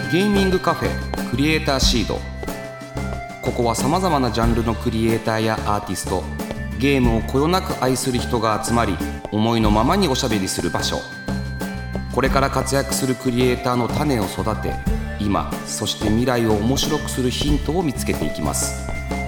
ゲーミングカフェクリエイターシード。ここはさまざまなジャンルのクリエイターやアーティスト、ゲームをこよなく愛する人が集まり、思いのままにおしゃべりする場所。これから活躍するクリエイターの種を育て、今そして未来を面白くするヒントを見つけていきます。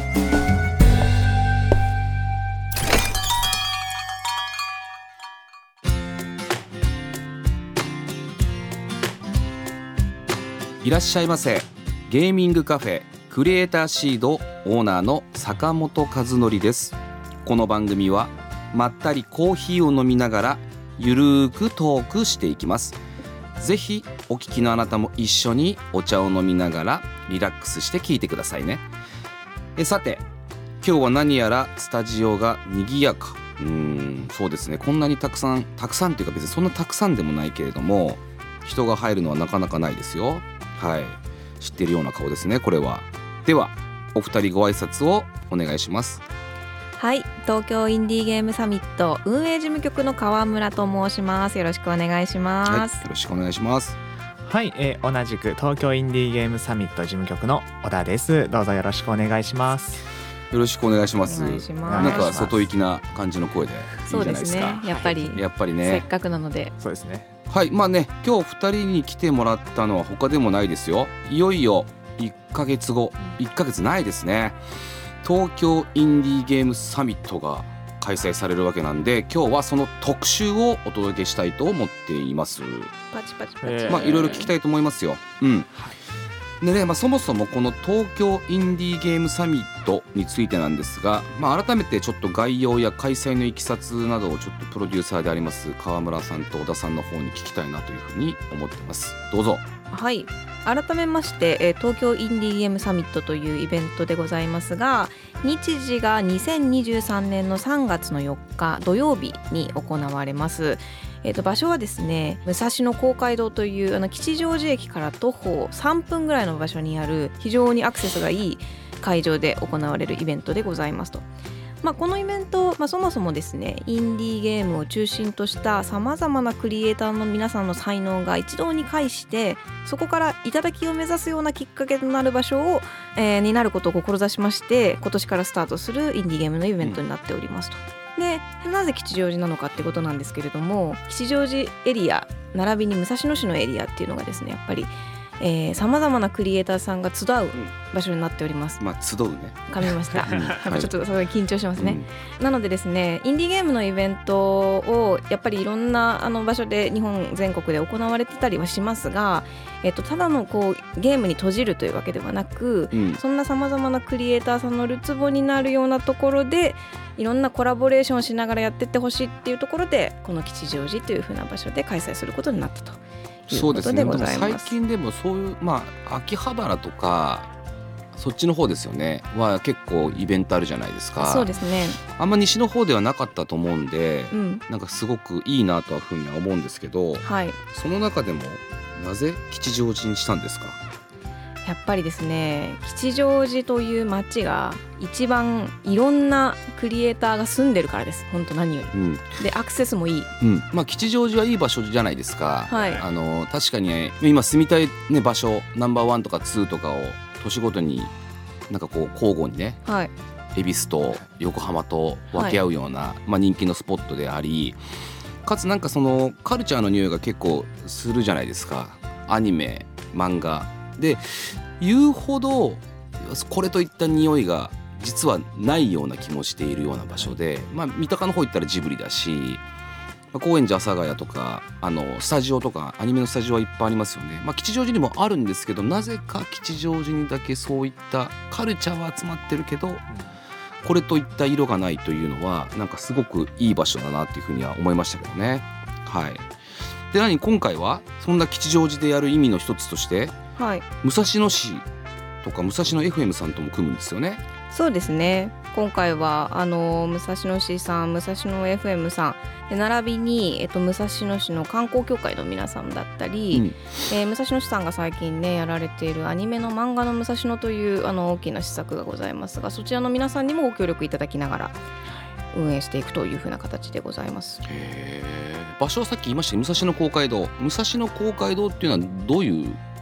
いらっしゃいませ。ゲーミングカフェクリエイターシードオーナーの坂本和則です。この番組はまったりコーヒーを飲みながらゆるーくトークしていきます。ぜひお聞きのあなたも一緒にお茶を飲みながらリラックスして聞いてくださいね。さて今日は何やらスタジオが賑やか。そうですね、こんなにたくさんっていうか別にそんなたくさんでもないけれども、人が入るのはなかなかないですよ。はい、知ってるような顔ですね、これは。ではお二人ご挨拶をお願いします。 はい、東京インディーゲームサミット運営事務局の川村と申します。よろしくお願いします。 はい、よろしくお願いします。 はい、同じく東京インディーゲームサミット事務局の小田です。どうぞよろしくお願いします。 よろしくお願いします。 お願いします。 なんか外行きな感じの声でいいじゃないですか。 そうですね、やっぱりね、せっかくなので。 そうですね。 はい、まあね、今日2人に来てもらったのは他でもないですよ。いよいよ1ヶ月後、1ヶ月ないですね、東京インディーゲームサミットが開催されるわけなんで、今日はその特集をお届けしたいと思っています。 パチパチパチ。 まあいろいろ聞きたいと思いますよ。でね、そもそもこの東京インディーゲームサミットについてなんですが、改めてちょっと概要や開催のいきさつなどをちょっとプロデューサーであります川村さんと小田さんの方に聞きたいなというふうに思ってます。どうぞ。 はい、改めまして、東京インディーゲームサミットというイベントでございますが、日時が2023年の3月の4日土曜日に行われます。場所はですね、武蔵野公会堂という吉祥寺駅から徒歩3分ぐらいの場所にある非常にアクセスがいい会場で行われるイベントでございますと。このイベント、そもそもですね、インディーゲームを中心としたさまざまなクリエイターの皆さんの才能が一堂に会して、そこから頂を目指すようなきっかけとなる場所を、になることを志しまして、今年からスタートするインディーゲームのイベントになっておりますと。で、なぜ吉祥寺なのかってことなんですけれども、吉祥寺エリア並びに武蔵野市のエリアっていうのがですね、やっぱりさまざまなクリエイターさんが集う場所になっております。 集うね、 噛みましたちょっとそれ緊張しますね、なのでですね、インディーゲームのイベントをやっぱりいろんな場所で日本全国で行われてたりはしますが、ただのゲームに閉じるというわけではなく、そんなさまざまなクリエイターさんのるつぼになるようなところでいろんなコラボレーションをしながらやっていってほしいっていうところで、この吉祥寺という風な場所で開催することになったと。 そうですね、最近でもそういう、秋葉原とかそっちの方ですよねは結構イベントあるじゃないですか。 そうですね、 あんま西の方ではなかったと思うんで、なんかすごくいいなとはふうには思うんですけど、その中でもなぜ吉祥寺にしたんですか？ やっぱりですね、吉祥寺という街が一番いろんなクリエイターが住んでるからです。本当何より、でアクセスもいい、 吉祥寺はいい場所じゃないですか、確かに今住みたい、場所ナンバー1とか2とかを年ごとになんか交互にね、恵比寿と横浜と分け合うような、人気のスポットであり、かつなんかそのカルチャーの匂いが結構するじゃないですか。アニメ、漫画で言うほどこれといった匂いが実はないような気もしているような場所で、三鷹の方行ったらジブリだし、高円寺阿佐ヶ谷とかスタジオとかアニメのスタジオはいっぱいありますよね。吉祥寺にもあるんですけど、なぜか吉祥寺にだけそういったカルチャーは集まってるけど、これといった色がないというのはなんかすごくいい場所だなっていうふうには思いましたけどね。で、今回はそんな吉祥寺でやる意味の一つとして、武蔵野市とか武蔵野 FM さんとも組むんですよね。 そうですね、今回は武蔵野市さん、武蔵野 FM さんで並びに、武蔵野市の観光協会の皆さんだったり、武蔵野市さんが最近ねやられているアニメの漫画の武蔵野という大きな施策がございますが、そちらの皆さんにもご協力いただきながら運営していくというふうな形でございます。 場所はさっき言いました武蔵野公会堂。武蔵野公会堂っていうのはどういう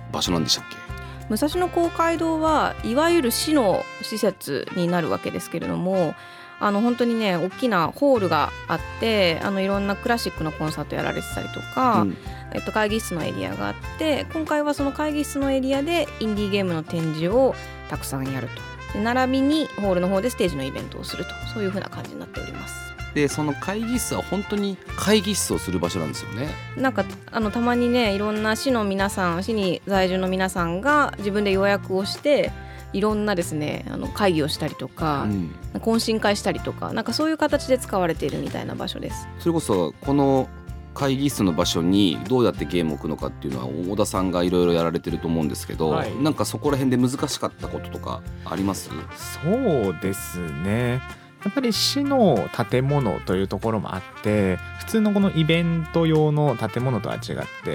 場所なんでしたっけ？ 武蔵野公会堂はいわゆる市の施設になるわけですけれども、本当にね大きなホールがあって、いろんなクラシックのコンサートやられてたりとか、会議室のエリアがあって、今回はその会議室のエリアでインディーゲームの展示をたくさんやると。で並びにホールの方でステージのイベントをすると、そういう風な感じになっております。 でその会議室は本当に会議室をする場所なんですよね。 なんかたまにねいろんな市の皆さん、市に在住の皆さんが自分で予約をしていろんなですね会議をしたりとか、懇親会したりとか、なんかそういう形で使われているみたいな場所です。 それこそこの会議室の場所にどうやってゲームを置くのかっていうのは小田さんがいろいろやられてると思うんですけど、なんかそこら辺で難しかったこととかあります？ そうですね、やっぱり市の建物というところもあって、普通のこのイベント用の建物とは違って、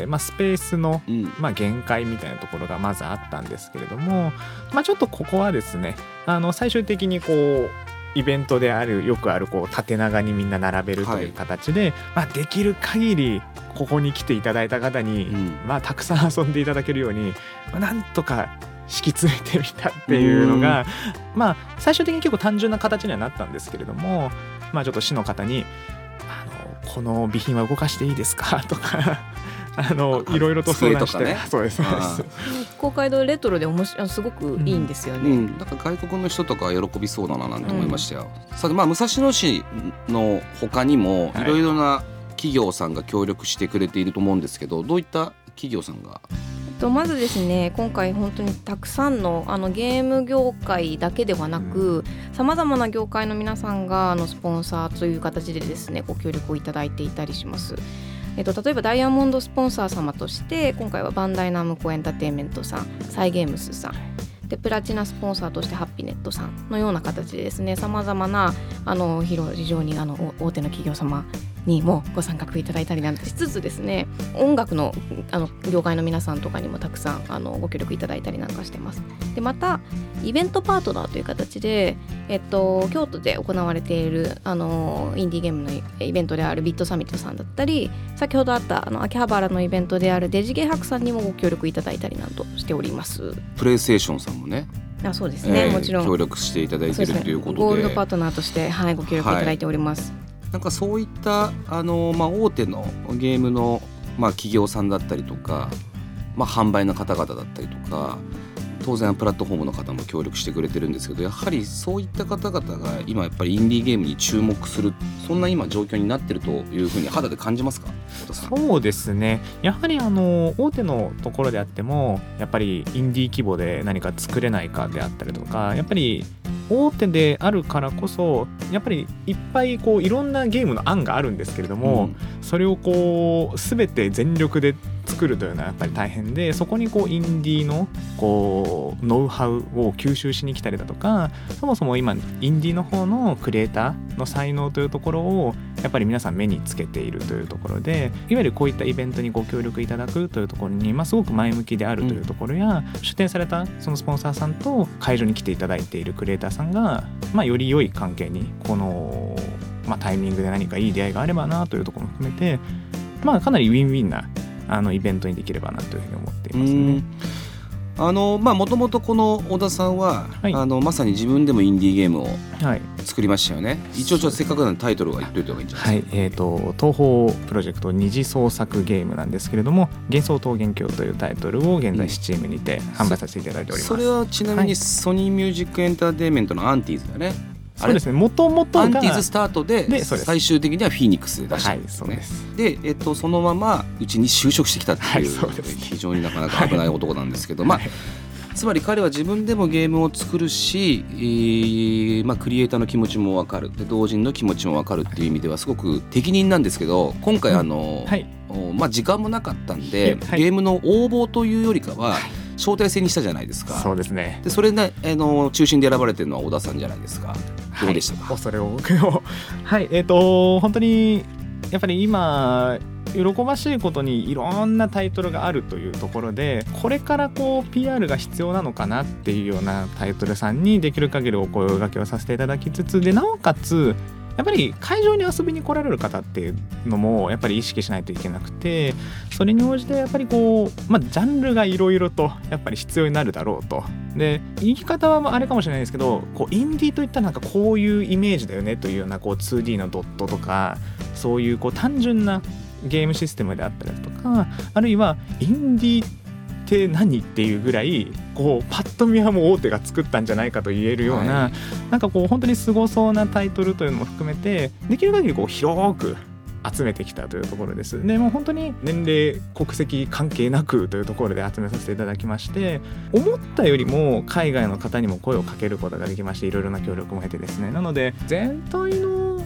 スペースの限界みたいなところがまずあったんですけれども、ちょっとここはですね最終的にこうイベントでよくあるこう縦長にみんな並べるという形で、できる限りここに来ていただいた方に、たくさん遊んでいただけるように、なんとか敷き詰めてみたっていうのが、最終的に結構単純な形にはなったんですけれども、ちょっと市の方にこの備品は動かしていいですかとかいろいろと相談して、そうです公会堂レトロですごくいいんですよね。 だから外国の人とか喜びそうだななんて思いましたよ。さて、武蔵野市の他にもいろいろな企業さんが協力してくれていると思うんですけど、どういった企業さんが？ まずですね、今回本当にたくさんのゲーム業界だけではなく、さまざまな業界の皆さんがスポンサーという形でですねご協力をいただいていたりします。例えばダイヤモンドスポンサー様として今回はバンダイナムコエンターテインメントさん、サイゲームスさんで、プラチナスポンサーとしてハッピネットさんのような形でですね、さまざまな非常に大手の企業様にもご参画いただいたりなんてしつつですね、音楽の業界の皆さんとかにもたくさんご協力いただいたりなんかしてます。でまたイベントパートナーという形で、京都で行われているインディーゲームのイベントであるビットサミットさんだったり、先ほどあった秋葉原のイベントであるデジゲー博さんにもご協力いただいたりなんとしております。 プレイステーションさんもね、 そうですね、もちろん協力していただいているということで、 ゴールドパートナーとして、ご協力いただいております。 なんかそういった大手のゲームの、企業さんだったりとか、販売の方々だったりとか、当然プラットフォームの方も協力してくれてるんですけど、やはりそういった方々が今やっぱりインディーゲームに注目する、そんな今状況になってるというふうに肌で感じますか？ そうですね、やはり大手のところであってもやっぱりインディー規模で何か作れないかであったりとか、やっぱり大手であるからこそやっぱりいっぱいいろんなゲームの案があるんですけれども、それを全て全力で作るというのはやっぱり大変で、そこにインディーのノウハウを吸収しに来たりだとか、そもそも今インディーの方のクリエイターの才能というところをやっぱり皆さん目につけているというところで、いわゆるこういったイベントにご協力いただくというところに、すごく前向きであるというところや、出展されたそのスポンサーさんと会場に来ていただいているクリエイターさんが、より良い関係にこの、タイミングで何かいい出会いがあればなというところも含めて、かなりウィンウィンなイベントにできればなというふうに思っていますね。 もともとこの小田さんは、まさに自分でもインディーゲームを作りましたよね。一応せっかくなのでタイトルは言っといた方がいいんじゃないですか？ 東宝プロジェクト二次創作ゲームなんですけれども、幻想桃源郷というタイトルを現在Steamにて販売させていただいております。 それはちなみにソニーミュージックエンターテインメントのアンティーズだね。 そうですね、もともとがアンティーズスタートで最終的にはフィニックスで出したんですね。で、そのままうちに就職してきたっていう、非常になかなか危ない男なんですけど、つまり彼は自分でもゲームを作るし、クリエイターの気持ちも分かる、で同人の気持ちも分かるっていう意味ではすごく適任なんですけど、今回時間もなかったんで、ゲームの応募というよりかは招待制にしたじゃないですか。 そうですね。 でそれで、中心で選ばれてるのは小田さんじゃないですか。どうでしたか？ 恐れ多くも本当にやっぱり今喜ばしいことにいろんなタイトルがあるというところで、これからPR が必要なのかなっていうようなタイトルさんにできる限りお声掛けをさせていただきつつ、でなおかつやっぱり会場に遊びに来られる方っていうのもやっぱり意識しないといけなくて、それに応じてやっぱりこう、ジャンルがいろいろとやっぱり必要になるだろうと。で言い方はあれかもしれないですけど、こうインディーといったらなんかこういうイメージだよねというようなこう 2D のドットとか、そういうこう単純なゲームシステムであったりとか、あるいはインディーって何っていうぐらいこうパッと見はもう大手が作ったんじゃないかと言えるような、なんかこう本当にすごそうなタイトルというのも含めて、できる限りこう広く集めてきたというところです。でもう本当に年齢国籍関係なくというところで集めさせていただきまして、思ったよりも海外の方にも声をかけることができまして、いろいろな協力も得てですね、なので全体の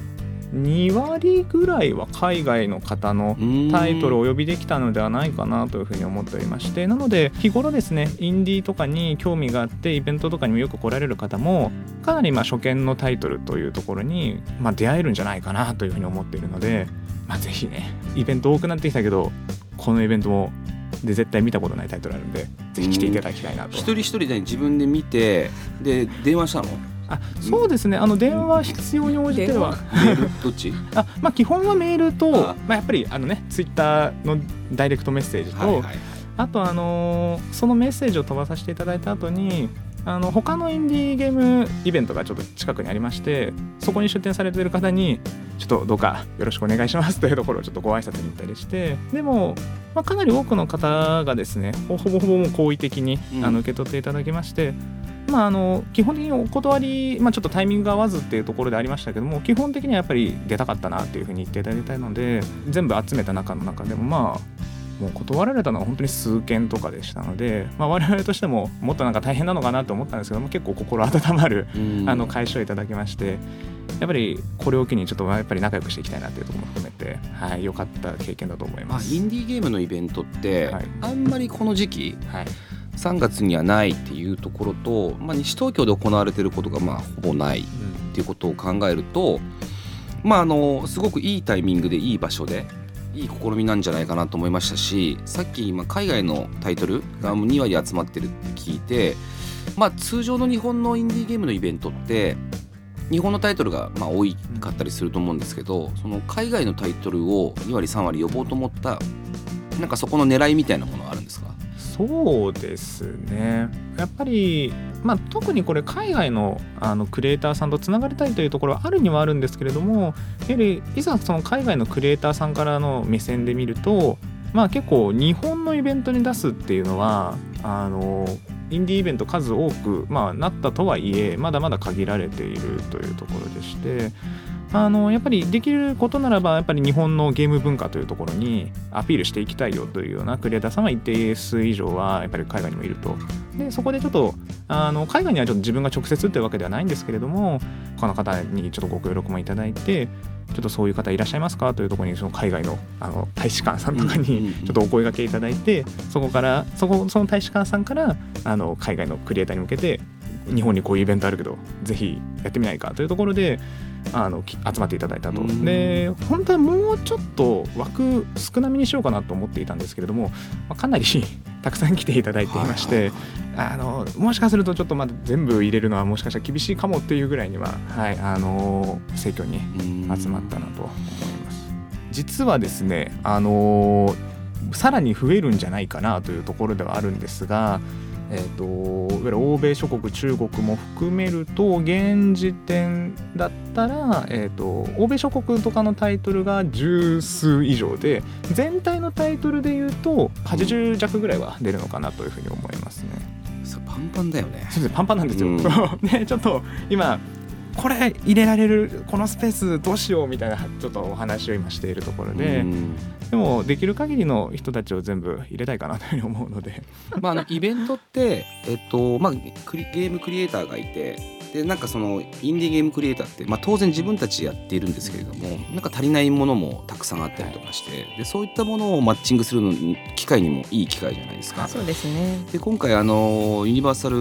2割ぐらいは海外の方のタイトルをお呼びできたのではないかなというふうに思っておりまして、なので日頃ですねインディーとかに興味があってイベントとかにもよく来られる方もかなり初見のタイトルというところに出会えるんじゃないかなというふうに思っているので、ぜひね、イベント多くなってきたけどこのイベントもで絶対見たことないタイトルあるんで、ぜひ来ていただきたいなと。 一人一人で自分で見てで電話したの？ そうですね、電話必要に応じてはメールどっち？ 基本はメールとやっぱりツイッターのダイレクトメッセージと、あとそのメッセージを飛ばさせていただいた後に他のインディーゲームイベントがちょっと近くにありまして、そこに出展されている方にちょっとどうかよろしくお願いしますというところをちょっとご挨拶に行ったりして、でも、かなり多くの方がですねほぼもう好意的に受け取っていただきまして、基本的にお断り、ちょっとタイミングが合わずっていうところでありましたけども、基本的にはやっぱり出たかったなっていうふうに言っていただきたいので、全部集めた中でももう断られたのは本当に数件とかでしたので、我々としてももっとなんか大変なのかなと思ったんですけども、結構心温まる返しをいただきまして、やっぱりこれを機にちょっとやっぱり仲良くしていきたいなというところも含めて、良かった経験だと思います。 インディーゲームのイベントって、あんまりこの時期、3月にはないっていうところと、西東京で行われていることがほぼないっていうことを考えると、すごくいいタイミングでいい場所でいい試みなんじゃないかなと思いましたし、さっき海外のタイトルが2割集まってるって聞いて、通常の日本のインディーゲームのイベントって日本のタイトルが多かったりすると思うんですけど、その海外のタイトルを2割3割呼ぼうと思ったなんかそこの狙いみたいなものはあるんですか？ そうですね、やっぱり、特にこれ海外のクリエイターさんとつながりたいというところはあるにはあるんですけれども、やはりいざその海外のクリエイターさんからの目線で見ると、結構日本のイベントに出すっていうのはインディーイベント数多く、なったとはいえまだまだ限られているというところでして、やっぱりできることならばやっぱり日本のゲーム文化というところにアピールしていきたいよというようなクリエイターさんは一定数以上はやっぱり海外にもいると。でそこでちょっと海外にはちょっと自分が直接っていうわけではないんですけれども、他の方にちょっとご協力もいただいて、ちょっとそういう方いらっしゃいますかというところにその海外の大使館さんとかにちょっとお声掛けいただいて、その大使館さんから海外のクリエイターに向けて日本にこういうイベントあるけどぜひやってみないかというところで集まっていただいたと。で本当はもうちょっと枠少なめにしようかなと思っていたんですけれども、かなりたくさん来ていただいていまして、もしかするとちょっと全部入れるのはもしかしたら厳しいかもっていうぐらいには、盛況に集まったなと思います。実はですね、さらに増えるんじゃないかなというところではあるんですが、いわゆる欧米諸国中国も含めると現時点だったら、欧米諸国とかのタイトルが十数以上で、全体のタイトルでいうと80弱ぐらいは出るのかなというふうに思いますね。 パンパンだよね。 そうです、パンパンなんですよ、ね、ちょっと今これ入れられるこのスペースどうしようみたいなちょっとお話を今しているところで、でもできる限りの人たちを全部入れたいかなというふうに思うのでイベントって、ゲームクリエイターがいて、でなんかそのインディーゲームクリエイターって、当然自分たちやっているんですけれども、なんか足りないものもたくさんあったりとかして、でそういったものをマッチングするのに機会にもいい機会じゃないですか。 そうですね。 で今回ユニバーサル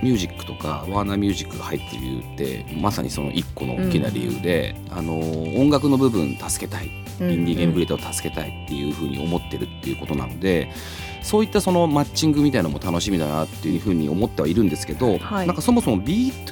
ミュージックとかワーナーミュージックが入っている理由ってまさにその一個の大きな理由で、音楽の部分助けたい、インディーゲームクリエイターを助けたいっていうふうに思ってるっていうことなので、そういったそのマッチングみたいなのも楽しみだなっていうふうに思ってはいるんですけど、なんかそもそも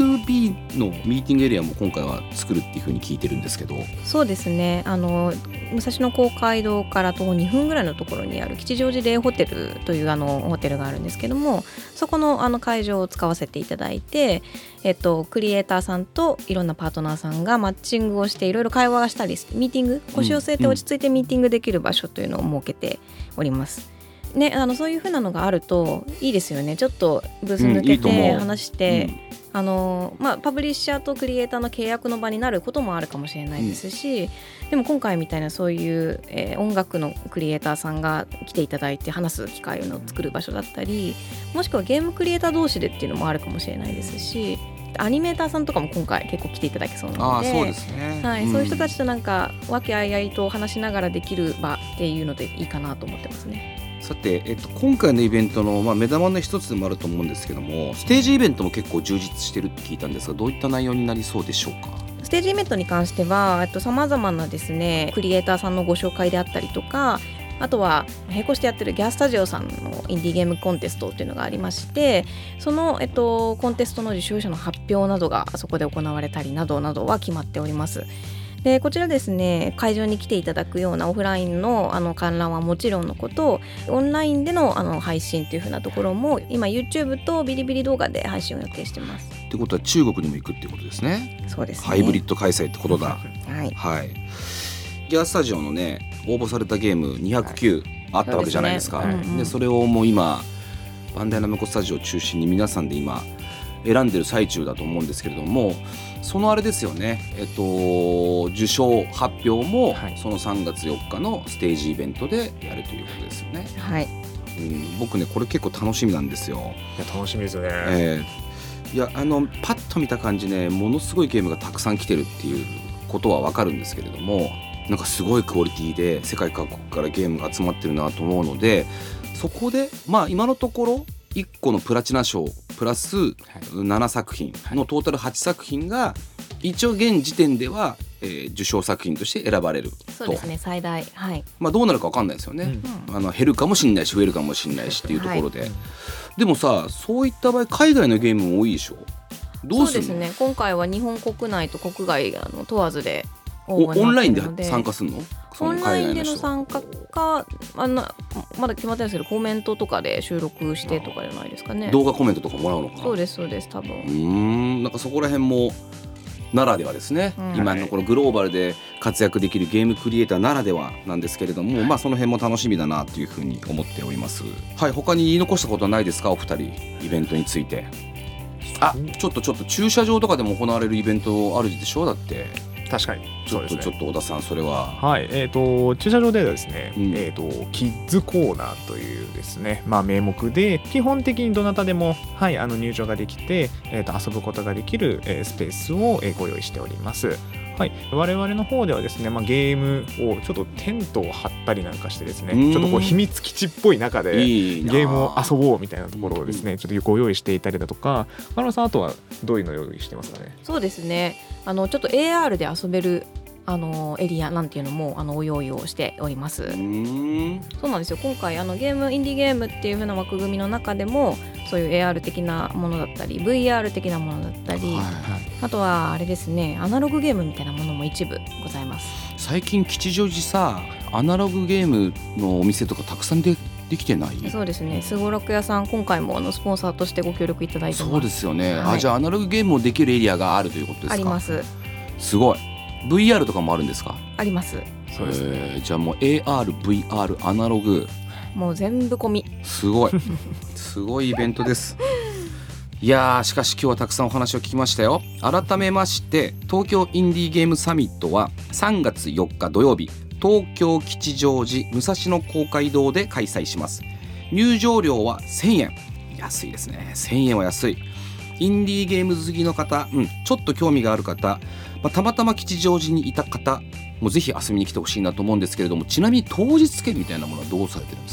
B2B のミーティングエリアも今回は作るっていうふうに聞いてるんですけど。 そうですね、武蔵野公会堂から徒歩2分ぐらいのところにある吉祥寺レイホテルというホテルがあるんですけども、そこの会場を使わせていただいて、クリエイターさんといろんなパートナーさんがマッチングをしていろいろ会話がしたりして、ミーティング腰を据えて落ち着いてミーティングできる場所というのを設けておりますね。そういう風なのがあるといいですよね。ちょっとブース抜けて話して、パブリッシャーとクリエイターの契約の場になることもあるかもしれないですし、でも今回みたいなそういう、音楽のクリエイターさんが来ていただいて話す機会を作る場所だったり、もしくはゲームクリエイター同士でっていうのもあるかもしれないですし、アニメーターさんとかも今回結構来ていただけそうなので、 そうですね、 そういう人たちとなんか和気あいあいと話しながらできる場っていうのでいいかなと思ってますね。 さて、今回のイベントの、目玉の一つでもあると思うんですけども、ステージイベントも結構充実してるって聞いたんですが、どういった内容になりそうでしょうか。 ステージイベントに関してはさまざまなですねクリエイターさんのご紹介であったりとか、あとは並行してやってるギャスタジオさんのインディーゲームコンテストっていうのがありまして、その、コンテストの受賞者の発表などがそこで行われたりなどなどは決まっております。でこちらですね、会場に来ていただくようなオフラインの観覧はもちろんのこと、オンラインでの配信というふうなところも今 YouTube とビリビリ動画で配信を予定してます。 ってことは中国にも行くってことですね。 そうですね、 ハイブリッド開催ってことだ。 はい、 はい、ギャスタジオのね応募されたゲーム209あったわけじゃないですか。でそれをもう今バンダイナムコスタジオを中心に皆さんで今選んでる最中だと思うんですけれども、そのあれですよね、受賞発表もその3月4日のステージイベントでやるということですよね。 はい、 僕ねこれ結構楽しみなんですよ。 いや楽しみですよね。 いやパッと見た感じね、ものすごいゲームがたくさん来てるっていうことは分かるんですけれども、なんかすごいクオリティで世界各国からゲームが集まってるなと思うので、そこで今のところ1個のプラチナ賞プラス7作品のトータル8作品が一応現時点では、受賞作品として選ばれると。 そうですね、最大、はい。 どうなるか分かんないですよね、減るかもしれないし増えるかもしれないしっていうところで、でもさ、そういった場合海外のゲームも多いでしょ。どうするの？ そうですね、今回は日本国内と国外問わずでオンラインで参加するの？ オンラインでの参加かまだ決まってないですけど、コメントとかで収録してとかじゃないですかね。 動画コメントとかもらうのかな。 そうですそうです、多分。 なんかそこら辺もならではですね、今のこのグローバルで活躍できるゲームクリエイターならではなんですけれども、その辺も楽しみだなというふうに思っております。はい、他に言い残したことはないですか、お二人、イベントについて。ちょっと駐車場とかでも行われるイベントあるでしょ。だって確かにちょっと小田さん、それははい、駐車場ではですね、キッズコーナーというですね、名目で基本的にどなたでも、入場ができて、遊ぶことができる、スペースを、ご用意しております。はい、我々の方ではですね、ゲームをちょっとテントを張ったりなんかしてですね、ちょっとこう秘密基地っぽい中でゲームを遊ぼうみたいなところをですね、ちょっとご用意していたりだとか、マロさんあとはどういうのを用意してますかね。 そうですね、ちょっと AR で遊べるエリアなんていうのもご用意をしております。そうなんですよ。今回インディーゲームっていう風な枠組みの中でもそういう AR 的なものだったり VR 的なものだったり、あとはあれですね、アナログゲームみたいなものも一部ございます。 最近吉祥寺さ、アナログゲームのお店とかたくさんできてない？ そうですね、すごろく屋さん今回もスポンサーとしてご協力いただいてます。 そうですよね、じゃあアナログゲームもできるエリアがあるということですか？ あります。 すごい。VR とかもあるんですか？あります。 そうですね。 じゃあもう AR、VR、アナログもう全部込み。 すごいすごいイベントです。いやー、しかし今日はたくさんお話を聞きましたよ。改めまして東京インディーゲームサミットは3月4日土曜日、東京吉祥寺武蔵野公会堂で開催します。入場料は1000円。安いですね。1000円は安い。インディーゲーム好きの方、ちょっと興味がある方、たまたま吉祥寺にいた方もぜひ遊びに来てほしいなと思うんですけれども、ちなみに当日券みたいなものはどうされてるんですか？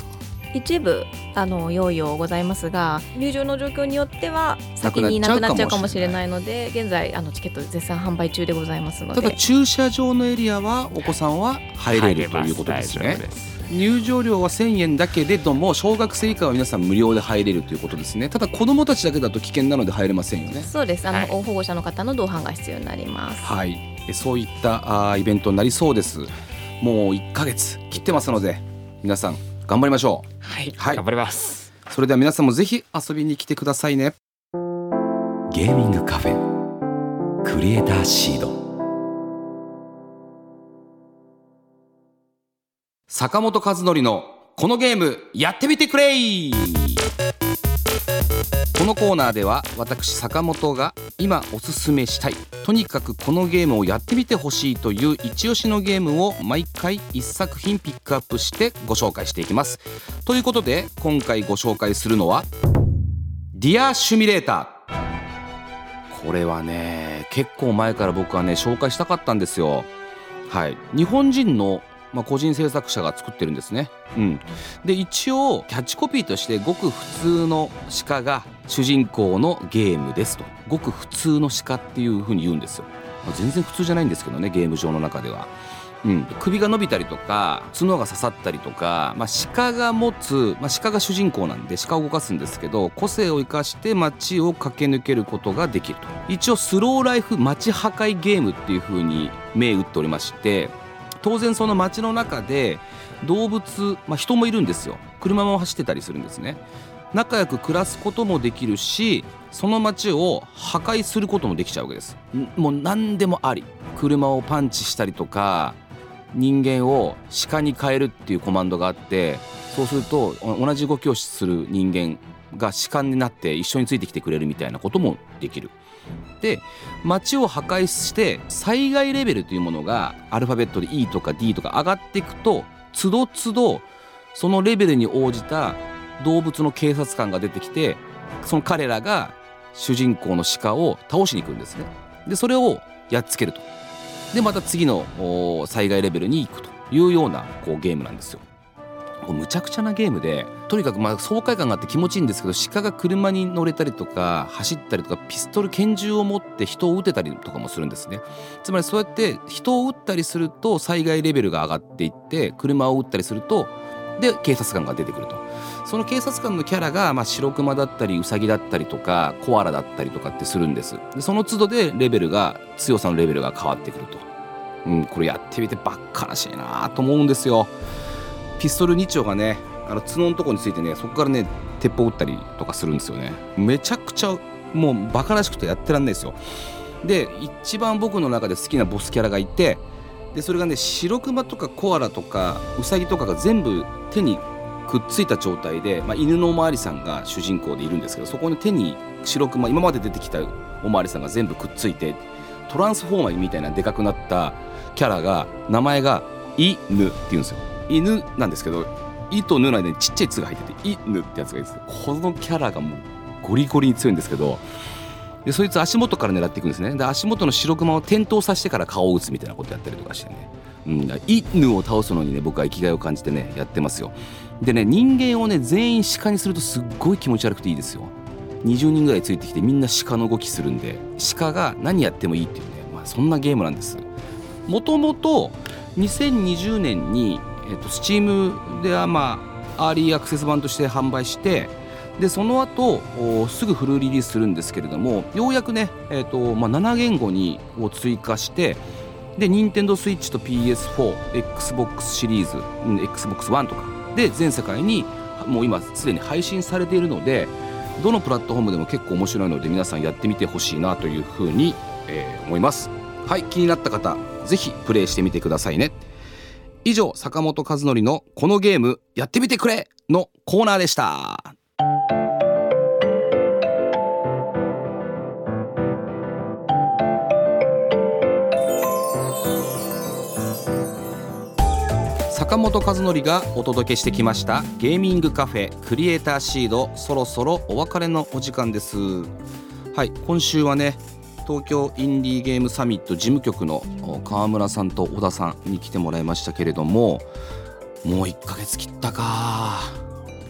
一部用意をございますが、入場の状況によっては先になくなっちゃうかもしれないので、現在チケット絶賛販売中でございますので。 ただ駐車場のエリアはお子さんは入れるということですね。入場料は1000円だけれども小学生以下は皆さん無料で入れるということですね。ただ子どもたちだけだと危険なので入れませんよね。 そうです。保護者の方の同伴が必要になります。 はい、そういったイベントになりそうです。もう1ヶ月切ってますので皆さん頑張りましょう。 はい、頑張ります。 それでは皆さんもぜひ遊びに来てくださいね。ゲーミングカフェクリエイターシード、坂本和則のこのゲームやってみてくれい。このコーナーでは私坂本が今おすすめしたい、とにかくこのゲームをやってみてほしいという一押しのゲームを毎回1作品ピックアップしてご紹介していきます。ということで今回ご紹介するのはディアシミュレーター。これはね結構前から僕はね紹介したかったんですよ。はい、日本人の個人制作者が作ってるんですね。で一応キャッチコピーとしてごく普通の鹿が主人公のゲームですと、ごく普通の鹿っていう風に言うんですよ。全然普通じゃないんですけどね、ゲーム上の中では。首が伸びたりとか角が刺さったりとか、鹿が持つ、鹿が主人公なんで鹿を動かすんですけど、個性を生かして街を駆け抜けることができると。一応スローライフ街破壊ゲームっていう風に銘打っておりまして、当然その街の中で動物、人もいるんですよ。車も走ってたりするんですね。仲良く暮らすこともできるし、その街を破壊することもできちゃうわけです。もう何でもあり。車をパンチしたりとか、人間を鹿に変えるっていうコマンドがあって、そうすると同じ動きをする人間が鹿になって一緒についてきてくれるみたいなこともできる。で街を破壊して災害レベルというものがアルファベットで E とか D とか上がっていくと、つどつどそのレベルに応じた動物の警察官が出てきて、その彼らが主人公の鹿を倒しに行くんですね。でそれをやっつけると。でまた次の災害レベルに行くというようなゲームなんですよ。むちゃくちゃなゲームで、とにかく爽快感があって気持ちいいんですけど、鹿が車に乗れたりとか走ったりとか、ピストル拳銃を持って人を撃てたりとかもするんですね。つまりそうやって人を撃ったりすると災害レベルが上がっていって、車を撃ったりするとで警察官が出てくると。その警察官のキャラが白熊だったりウサギだったりとかコアラだったりとかってするんです。でその都度でレベルが、強さのレベルが変わってくると。これやってみてばっからしいなと思うんですよ。ピストル2丁がね角のとこについてね、そこからね鉄砲撃ったりとかするんですよね。めちゃくちゃもうバカらしくてやってらんないですよ。で一番僕の中で好きなボスキャラがいて、でそれがね白熊とかコアラとかウサギとかが全部手にくっついた状態で、犬のおまわりさんが主人公でいるんですけど、そこに手に白熊、今まで出てきたおまわりさんが全部くっついて、トランスフォーマーみたいなでかくなったキャラが、名前が犬って言うんですよ。犬なんですけど、イとヌの間にちっちゃい「つ」が入ってて犬ってやつがいるんです。このキャラがもうゴリゴリに強いんですけど、でそいつ足元から狙っていくんですね。で足元の白熊を転倒させてから顔を撃つみたいなことやったりとかしてね、犬を倒すのにね僕は生きがいを感じてねやってますよ。でね、人間をね全員鹿にするとすっごい気持ち悪くていいですよ。20人ぐらいついてきてみんな鹿の動きするんで、鹿が何やってもいいっていうね、そんなゲームなんです。もともと2020年にSteam ではアーリーアクセス版として販売して、でその後すぐフルリリースするんですけれども、ようやくね、7言語を追加して、で Nintendo Switch と PS4、Xbox シリーズ、Xbox One とかで全世界にもう今すでに配信されているので、どのプラットフォームでも結構面白いので皆さんやってみてほしいなというふうに、思います。はい、気になった方ぜひプレイしてみてくださいね。以上、坂本和則のこのゲームやってみてくれのコーナーでした。坂本和則がお届けしてきましたゲーミングカフェクリエイターシード、そろそろお別れのお時間です。はい、今週はね東京インディーゲームサミット事務局の川村さんと小田さんに来てもらいましたけれども、もう1ヶ月切ったか。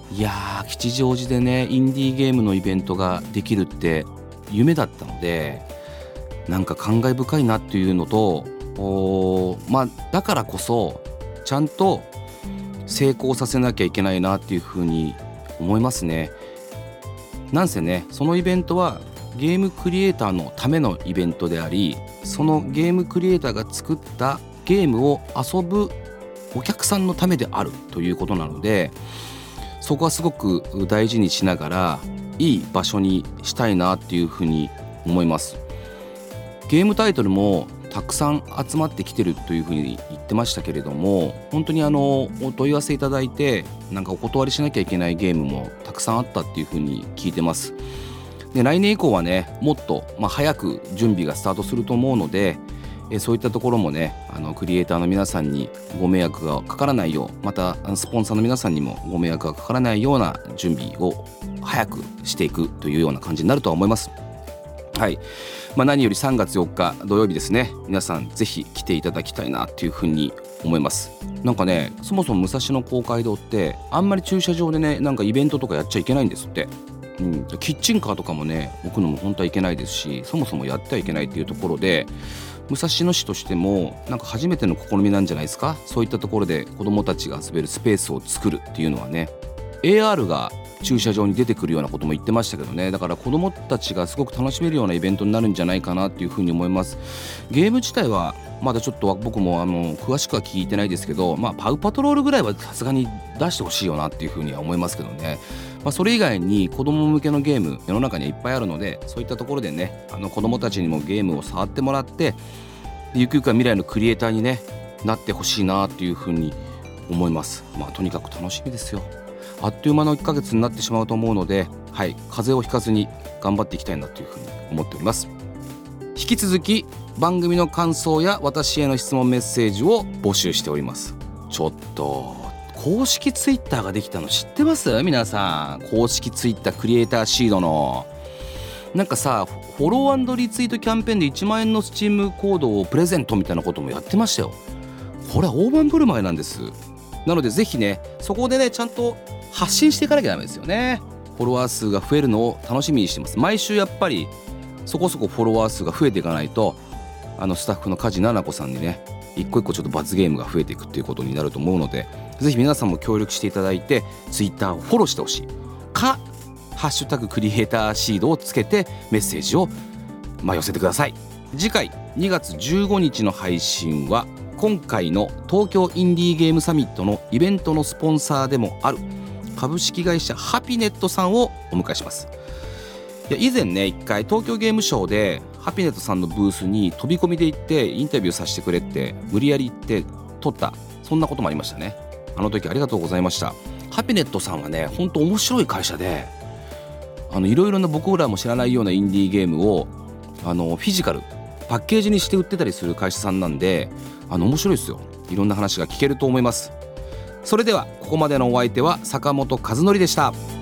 いやー、吉祥寺でねインディーゲームのイベントができるって夢だったので、なんか感慨深いなっていうのと、だからこそちゃんと成功させなきゃいけないなっていうふうに思いますね。なんせね、そのイベントはゲームクリエイターのためのイベントであり、そのゲームクリエイターが作ったゲームを遊ぶお客さんのためであるということなので、そこはすごく大事にしながらいい場所にしたいなっていうふうに思います。ゲームタイトルもたくさん集まってきてるというふうに言ってましたけれども、本当にお問い合わせいただいてなんかお断りしなきゃいけないゲームもたくさんあったっていうふうに聞いてます。で、来年以降はねもっと早く準備がスタートすると思うので、そういったところもねクリエイターの皆さんにご迷惑がかからないよう、またスポンサーの皆さんにもご迷惑がかからないような準備を早くしていくというような感じになるとは思います。はい、何より3月4日土曜日ですね、皆さんぜひ来ていただきたいなというふうに思います。なんかね、そもそも武蔵野公会堂ってあんまり駐車場でねなんかイベントとかやっちゃいけないんですって。キッチンカーとかもね置くのも本当はいけないですし、そもそもやってはいけないっていうところで、武蔵野市としてもなんか初めての試みなんじゃないですか。そういったところで子どもたちが遊べるスペースを作るっていうのはね、 AR が駐車場に出てくるようなことも言ってましたけどね、だから子どもたちがすごく楽しめるようなイベントになるんじゃないかなっていうふうに思います。ゲーム自体はまだちょっと僕も詳しくは聞いてないですけど、パウパトロールぐらいはさすがに出してほしいよなっていうふうには思いますけどね。それ以外に子ども向けのゲーム世の中にはいっぱいあるので、そういったところでね子どもたちにもゲームを触ってもらって、ゆくゆくは未来のクリエイターに、ね、なってほしいなっていうふうに思います。とにかく楽しみですよ。あっという間の1ヶ月になってしまうと思うので、はい、風邪をひかずに頑張っていきたいなというふうに思っております。引き続き番組の感想や私への質問メッセージを募集しております。ちょっと公式ツイッターができたの知ってます？皆さん公式ツイッタークリエイターシードのなんかさ、フォロー&リツイートキャンペーンで1万円のスチームコードをプレゼントみたいなこともやってましたよ。これは大盤振る舞いなんです。なのでぜひねそこでねちゃんと発信していかなきゃダメですよね。フォロワー数が増えるのを楽しみにしてます。毎週やっぱりそこそこフォロワー数が増えていかないとスタッフの梶奈々子さんにね一個一個ちょっと罰ゲームが増えていくっていうことになると思うので、ぜひ皆さんも協力していただいてツイッターをフォローしてほしいか、ハッシュタグクリエイターシードをつけてメッセージを寄せてください。次回2月15日の配信は今回の東京インディーゲームサミットのイベントのスポンサーでもある株式会社ハピネットさんをお迎えします。以前ね一回東京ゲームショウでハピネットさんのブースに飛び込みで行ってインタビューさせてくれって無理やり行って撮った、そんなこともありましたね。あの時ありがとうございました。ハピネットさんはね本当面白い会社で、いろいろな僕らも知らないようなインディーゲームをフィジカルパッケージにして売ってたりする会社さんなんで面白いですよ。いろんな話が聞けると思います。それではここまでのお相手は坂本和則でした。